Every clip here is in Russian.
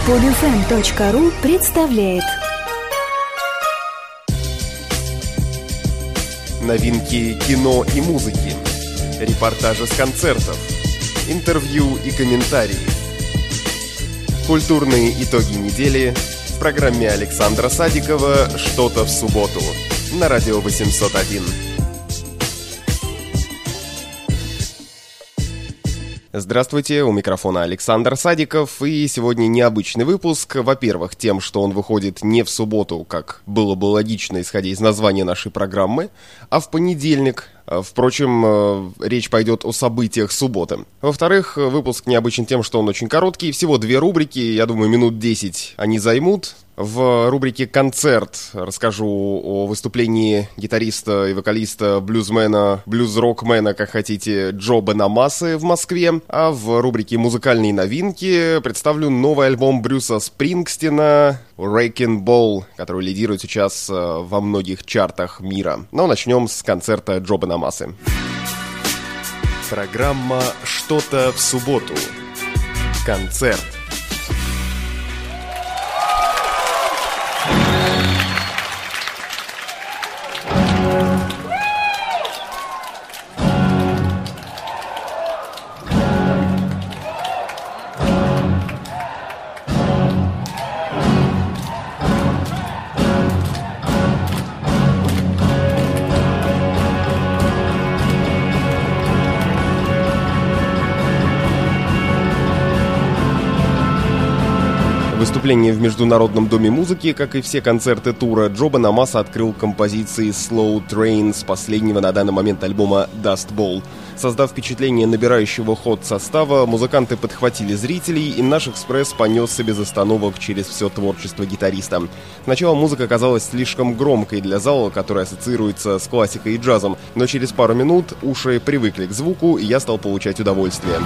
Podfm.ru представляет новинки кино и музыки, репортажи с концертов, интервью и комментарии. Культурные итоги недели в программе Александра Садикова «Что-то в субботу» на радио 801. Здравствуйте, у микрофона Александр Садиков, и сегодня необычный выпуск. Во-первых, тем, что он выходит не в субботу, как было бы логично, исходя из названия нашей программы, а в понедельник. Впрочем, речь пойдет о событиях субботы. Во-вторых, выпуск необычен тем, что он очень короткий, всего 2 рубрики, я думаю, минут 10 они займут. В рубрике «Концерт» расскажу о выступлении гитариста и вокалиста, блюзмена, блюз-рокмена, как хотите, Джо Бонамассы в Москве. А в рубрике «Музыкальные новинки» представлю новый альбом Брюса Спрингстина «Wrecking Ball», который лидирует сейчас во многих чартах мира. Но начнем с концерта Джо Бонамассы. Программа «Что-то в субботу». Концерт. Выступление в Международном доме музыки, как и все концерты тура, Джо Бонамасса открыл композицией Slow Train с последнего на данный момент альбома Dust Bowl. Создав впечатление набирающего ход состава, музыканты подхватили зрителей, и наш экспресс понесся без остановок через все творчество гитариста. Сначала музыка казалась слишком громкой для зала, который ассоциируется с классикой и джазом, но через пару минут уши привыкли к звуку, и я стал получать удовольствие.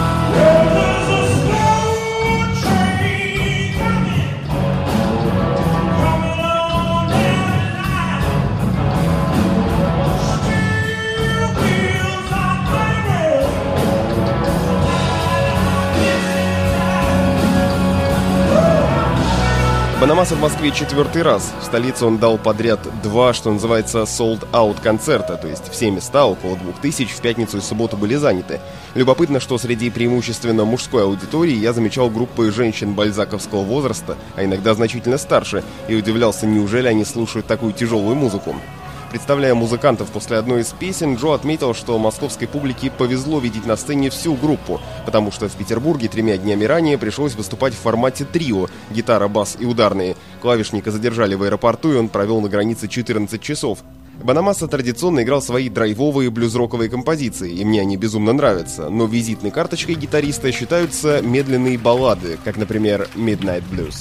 Бонамасса в Москве 4-й раз. В столице он дал подряд 2, что называется, sold-out концерта, то есть все места, около 2000, в пятницу и субботу были заняты. Любопытно, что среди преимущественно мужской аудитории я замечал группы женщин бальзаковского возраста, а иногда значительно старше, и удивлялся, неужели они слушают такую тяжелую музыку. Представляя музыкантов после одной из песен, Джо отметил, что московской публике повезло видеть на сцене всю группу, потому что в Петербурге 3 днями ранее пришлось выступать в формате трио – гитара, бас и ударные. Клавишника задержали в аэропорту, и он провел на границе 14 часов. Бонамасса традиционно играл свои драйвовые блюз-роковые композиции, и мне они безумно нравятся, но визитной карточкой гитариста считаются медленные баллады, как, например, «Midnight Blues».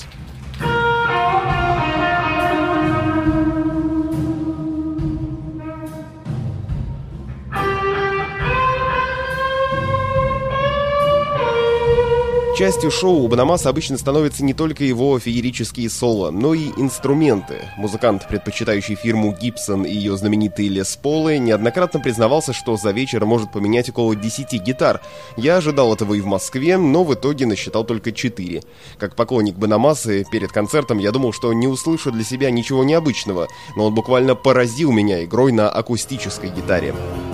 Частью шоу у Бонамассы обычно становятся не только его феерические соло, но и инструменты. Музыкант, предпочитающий фирму Gibson и ее знаменитые Лес Полы, неоднократно признавался, что за вечер может поменять около 10 гитар. Я ожидал этого и в Москве, но в итоге насчитал только 4. Как поклонник Бонамассы, перед концертом я думал, что не услышу для себя ничего необычного, но он буквально поразил меня игрой на акустической гитаре.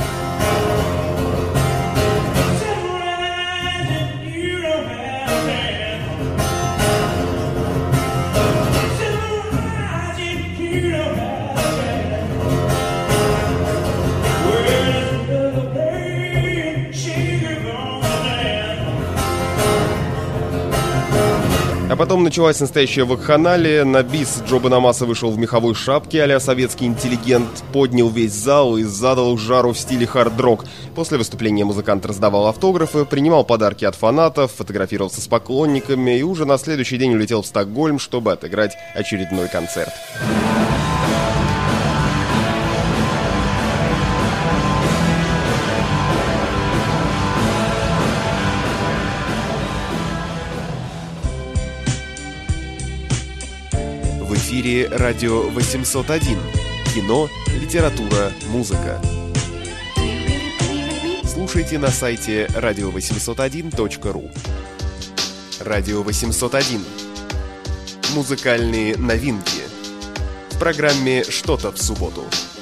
А потом началась настоящая вакханалия. На бис Джо Бонамасса вышел в меховой шапке а-ля советский интеллигент, поднял весь зал и задал жару в стиле хард-рок. После выступления музыкант раздавал автографы, принимал подарки от фанатов, фотографировался с поклонниками и уже на следующий день улетел в Стокгольм, чтобы отыграть очередной концерт. В эфире радио 801. Кино, литература, музыка. Слушайте на сайте radio801.ru. Радио 801. Музыкальные новинки в программе «Что-то в субботу».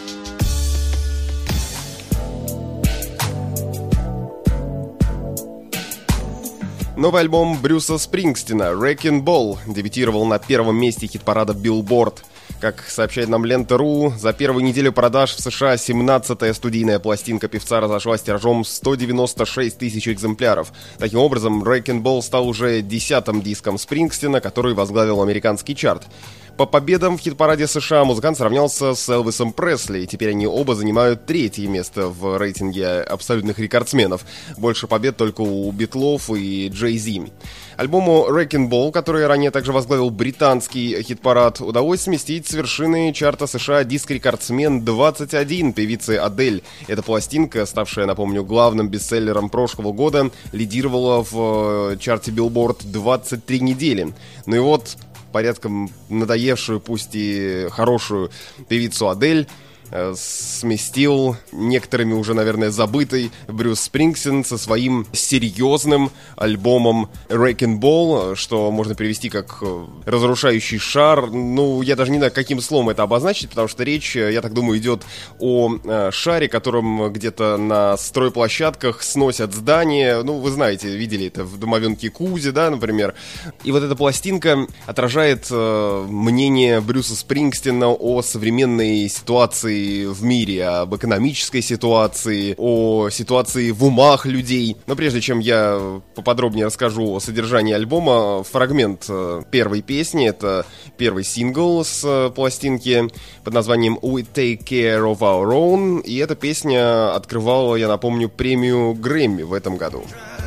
Новый альбом Брюса Спрингстина «Wrecking Ball» дебютировал на первом месте хит-парада Billboard. Как сообщает нам Лента.ру, за первую неделю продаж в США 17-я студийная пластинка певца разошлась тиражом 196 тысяч экземпляров. Таким образом, «Wrecking Ball» стал уже 10-м диском Спрингстина, который возглавил американский чарт. По победам в хит-параде США музыкант сравнялся с Элвисом Пресли, и теперь они оба занимают 3-е место в рейтинге абсолютных рекордсменов. Больше побед только у Битлов и Джей-Зи. Альбому «Wrecking Ball», который ранее также возглавил британский хит-парад, удалось сместить с вершины чарта США диск-рекордсмен 21 певицы Адель. Эта пластинка, ставшая, напомню, главным бестселлером прошлого года, лидировала в чарте Billboard 23 недели. Ну и вот порядком надоевшую, пусть и хорошую певицу Адель сместил некоторыми уже, наверное, забытый Брюс Спрингстин со своим серьезным альбомом «Wrecking Ball», что можно перевести как «разрушающий шар». Ну, я даже не знаю, каким словом это обозначить, потому что речь, я так думаю, идет о шаре, которым где-то на стройплощадках сносят здания. Ну, вы знаете, видели это в «Домовенке Кузе», да, например. И вот эта пластинка отражает мнение Брюса Спрингстина о современной ситуации в мире, об экономической ситуации, о ситуации в умах людей. Но прежде чем я поподробнее расскажу о содержании альбома, фрагмент первой песни, это первый сингл с пластинки под названием «We Take Care of Our Own», и эта песня открывала, я напомню, премию Грэмми в этом году.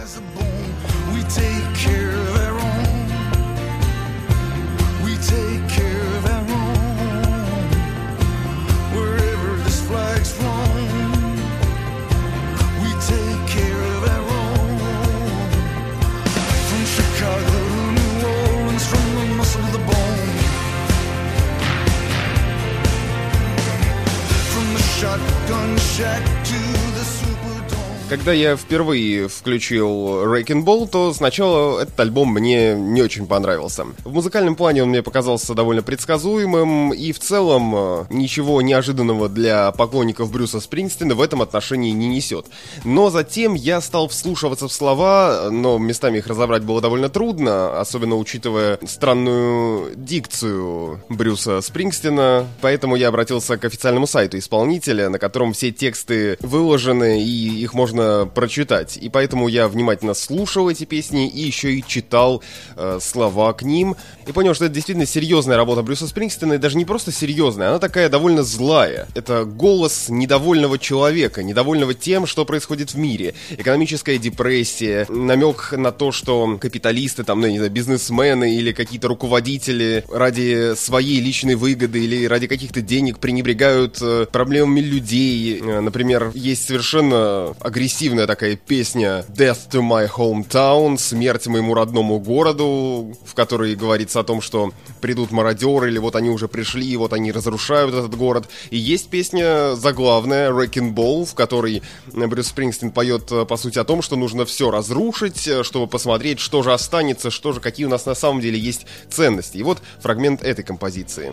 Когда я впервые включил «Wrecking Ball», то сначала этот альбом мне не очень понравился. В музыкальном плане он мне показался довольно предсказуемым, и в целом ничего неожиданного для поклонников Брюса Спрингстина в этом отношении не несет. Но затем я стал вслушиваться в слова, но местами их разобрать было довольно трудно, особенно учитывая странную дикцию Брюса Спрингстина, поэтому я обратился к официальному сайту исполнителя, на котором все тексты выложены и их можно прочитать. И поэтому я внимательно слушал эти песни и еще и читал слова к ним. И понял, что это действительно серьезная работа Брюса Спрингстина, и даже не просто серьезная, она такая довольно злая. Это голос недовольного человека, недовольного тем, что происходит в мире. Экономическая депрессия, намек на то, что капиталисты, там, ну, не знаю, бизнесмены или какие-то руководители ради своей личной выгоды или ради каких-то денег пренебрегают проблемами людей. Например, есть совершенно агрессивная такая песня «Death to my hometown», «Смерть моему родному городу», в которой говорится о том, что придут мародеры, или вот они уже пришли, и вот они разрушают этот город. И есть песня заглавная «Wrecking Ball», в которой Брюс Спрингстин поет, по сути, о том, что нужно все разрушить, чтобы посмотреть, что же останется, что же, какие у нас на самом деле есть ценности. И вот фрагмент этой композиции.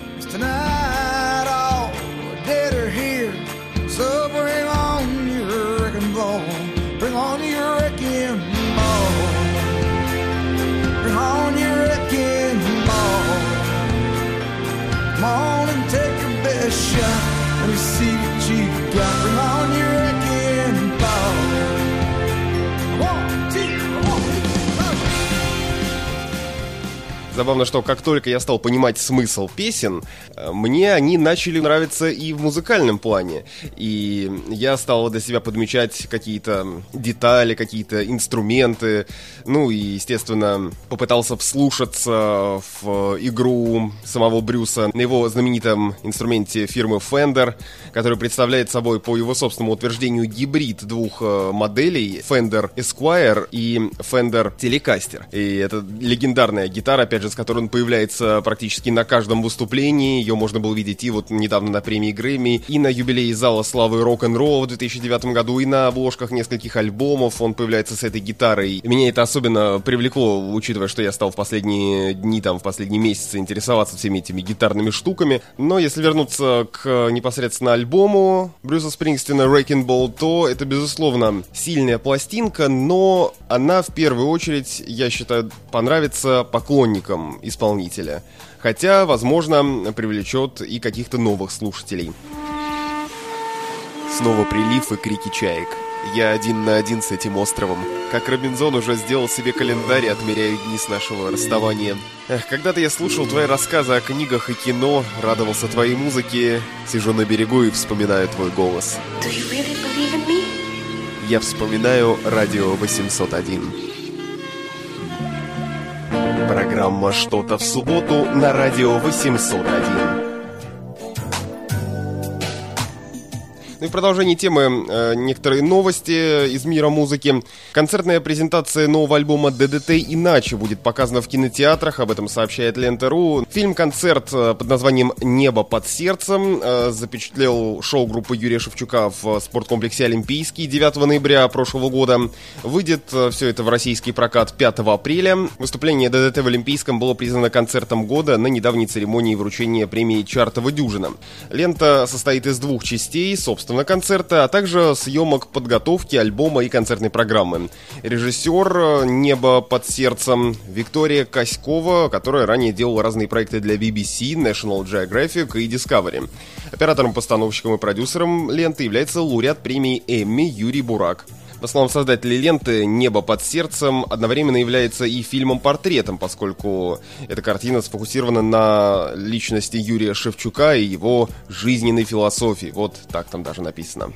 Bring on your wrecking ball. Bring on your wrecking ball. Come on and take your best shot. Let me see what you got. Bring on your wrecking ball. 1, 2, 3. Забавно, что как только я стал понимать смысл песен, мне они начали нравиться и в музыкальном плане. И я стал для себя подмечать какие-то детали, какие-то инструменты. Ну и, естественно, попытался вслушаться в игру самого Брюса на его знаменитом инструменте фирмы Fender, который представляет собой, по его собственному утверждению, гибрид двух моделей: Fender Esquire и Fender Telecaster. И это легендарная гитара, опять же, с которой он появляется практически на каждом выступлении. Ее можно было видеть и вот недавно на премии Грэмми, и на юбилее Зала славы рок-н-ролла в 2009 году, и на обложках нескольких альбомов он появляется с этой гитарой. Меня это особенно привлекло, учитывая, что я стал в последние дни, в последние месяцы интересоваться всеми этими гитарными штуками. Но если вернуться к непосредственно альбому Брюса Спрингстина «Wrecking Ball», то это, безусловно, сильная пластинка, но она в первую очередь, я считаю, понравится поклонникам исполнителя. Хотя, возможно, привлечет и каких-то новых слушателей. Снова прилив и крики чаек. Я 1 на 1 с этим островом. Как Робинзон уже сделал себе календарь и отмеряю дни с нашего расставания. Когда-то я слушал твои рассказы о книгах и кино, радовался твоей музыке, сижу на берегу и вспоминаю твой голос. Я вспоминаю радио 801. Программа «Что-то в субботу» на радио 801. Ну и в продолжении темы некоторые новости из мира музыки. Концертная презентация нового альбома ДДТ «Иначе» будет показана в кинотеатрах, об этом сообщает Лента.ру. Фильм-концерт под названием «Небо под сердцем» запечатлел шоу группы Юрия Шевчука в спорткомплексе «Олимпийский» 9 ноября прошлого года. Выйдет все это в российский прокат 5 апреля. Выступление ДДТ в Олимпийском было признано концертом года на недавней церемонии вручения премии «Чартова дюжина». Лента состоит из 2 частей, собственно, концерта, а также съемок подготовки альбома и концертной программы. Режиссер «Небо под сердцем» Виктория Коськова, которая ранее делала разные проекты для BBC, National Geographic и Discovery. Оператором, постановщиком и продюсером ленты является лауреат премии Эмми Юрий Бурак. По словам создателей ленты, «Небо под сердцем» одновременно является и фильмом-портретом, поскольку эта картина сфокусирована на личности Юрия Шевчука и его жизненной философии. Вот так там даже написано.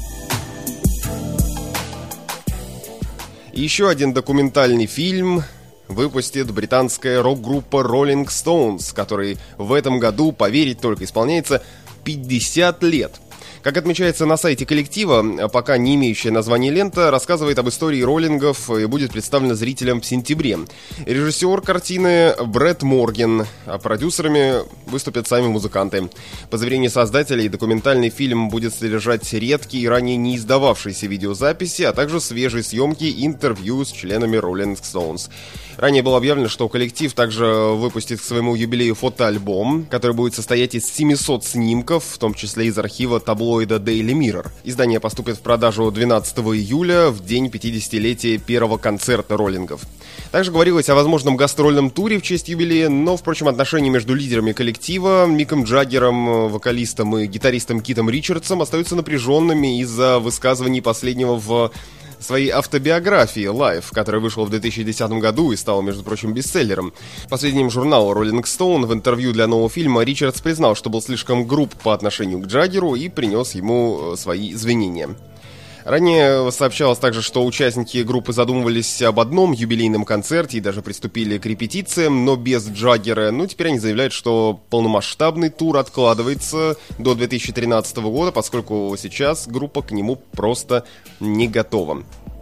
И еще один документальный фильм выпустит британская рок-группа Rolling Stones, которой в этом году, поверить только, исполняется 50 лет. Как отмечается на сайте коллектива, пока не имеющая название лента рассказывает об истории роллингов и будет представлена зрителям в сентябре. Режиссер картины Брэд Морген, а продюсерами выступят сами музыканты. По заверению создателей, документальный фильм будет содержать редкие и ранее не издававшиеся видеозаписи, а также свежие съемки и интервью с членами Rolling Stones. Ранее было объявлено, что коллектив также выпустит к своему юбилею фотоальбом, который будет состоять из 700 снимков, в том числе из архива таблоида Daily Mirror. Издание поступит в продажу 12 июля, в день 50-летия первого концерта роллингов. Также говорилось о возможном гастрольном туре в честь юбилея, но, впрочем, отношения между лидерами коллектива, Миком Джаггером, вокалистом и гитаристом Китом Ричардсом, остаются напряженными из-за высказываний последнего в своей автобиографии «Life», которая вышла в 2010 году и стала, между прочим, бестселлером. Последним журналу Rolling Stone в интервью для нового фильма Ричардс признал, что был слишком груб по отношению к Джаггеру и принес ему свои извинения. Ранее сообщалось также, что участники группы задумывались об одном юбилейном концерте и даже приступили к репетициям, но без Джаггера. Теперь они заявляют, что полномасштабный тур откладывается до 2013 года, поскольку сейчас группа к нему просто не готова.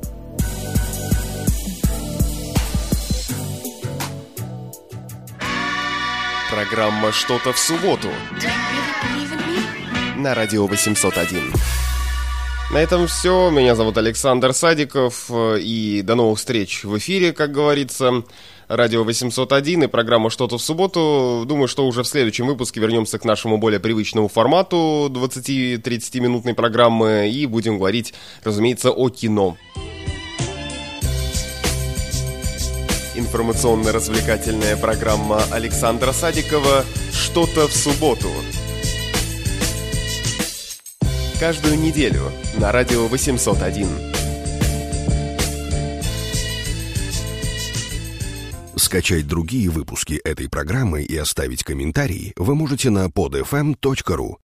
Программа «Что-то в субботу» на радио 801. На этом все. Меня зовут Александр Садиков. И до новых встреч в эфире, как говорится. Радио 801 и программа «Что-то в субботу». Думаю, что уже в следующем выпуске вернемся к нашему более привычному формату 20-30-минутной программы. И будем говорить, разумеется, о кино. Информационно-развлекательная программа Александра Садикова «Что-то в субботу». Каждую неделю на радио 801. Скачать другие выпуски этой программы и оставить комментарии вы можете на podfm.ru.